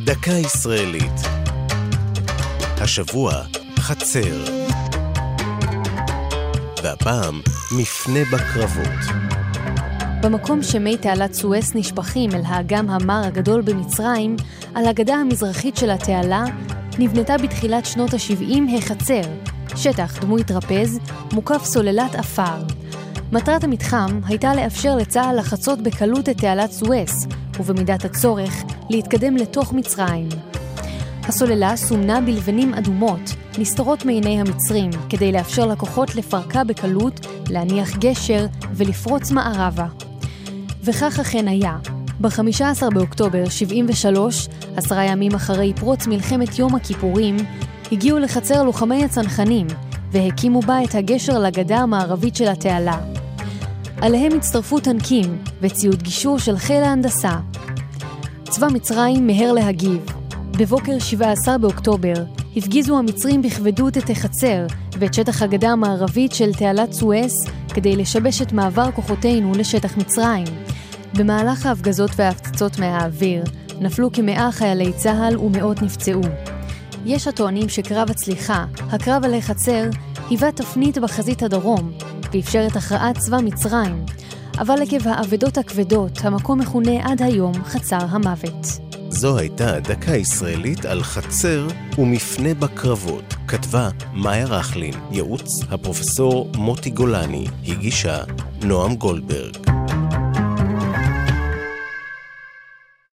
דקה ישראלית. השבוע חצר. והפעם מפנה בקרבות. במקום שמי תעלת סואץ נשפכים אל האגם המר הגדול במצרים, על הגדה המזרחית של התעלה, נבנתה בתחילת שנות ה-70 החצר, שטח דמוי טרפז, מוקף סוללת אפר. מטרת המתחם הייתה לאפשר לצה"ל לחצות בקלות את תעלת סואץ, ובמידת הצורך להתקדם לתוך מצרים. הסוללה סומנה בלבנים אדומות, נסתרות מעיני המצרים, כדי לאפשר לכוחות לפרקה בקלות, להניח גשר ולפרוץ מערבה. וכך אכן היה. ב-15 באוקטובר 73, 10 ימים אחרי פרוץ מלחמת יום הכיפורים, הגיעו לחצר לוחמי הצנחנים, והקימו בה את הגשר לגדה המערבית של התעלה. עליהם הצטרפו טנקים וציוד גישור של חיל ההנדסה. צבא מצרים מהר להגיב. בבוקר 17 באוקטובר הפגיזו המצרים בכבדות את החצר ואת שטח הגדה המערבית של תעלת סואץ כדי לשבש את מעבר כוחותינו לשטח מצרים. במהלך ההפגזות וההפצצות מהאוויר נפלו כ100 חיילי צה"ל ומאות נפצעו. יש הטוענים שקרב הצליחה, הקרב על החצר, היווה תפנית בחזית הדרום ואפשר את הכרעת צבא מצרים, אבל עקב האבדות הכבדות המקום מכונה עד היום חצר המוות. זו הייתה דקה ישראלית על חצר ומפנה בקרבות. כתבה מאיה רכלין, ייעוץ הפרופסור מוטי גולני, הגישה נועם גולדברג.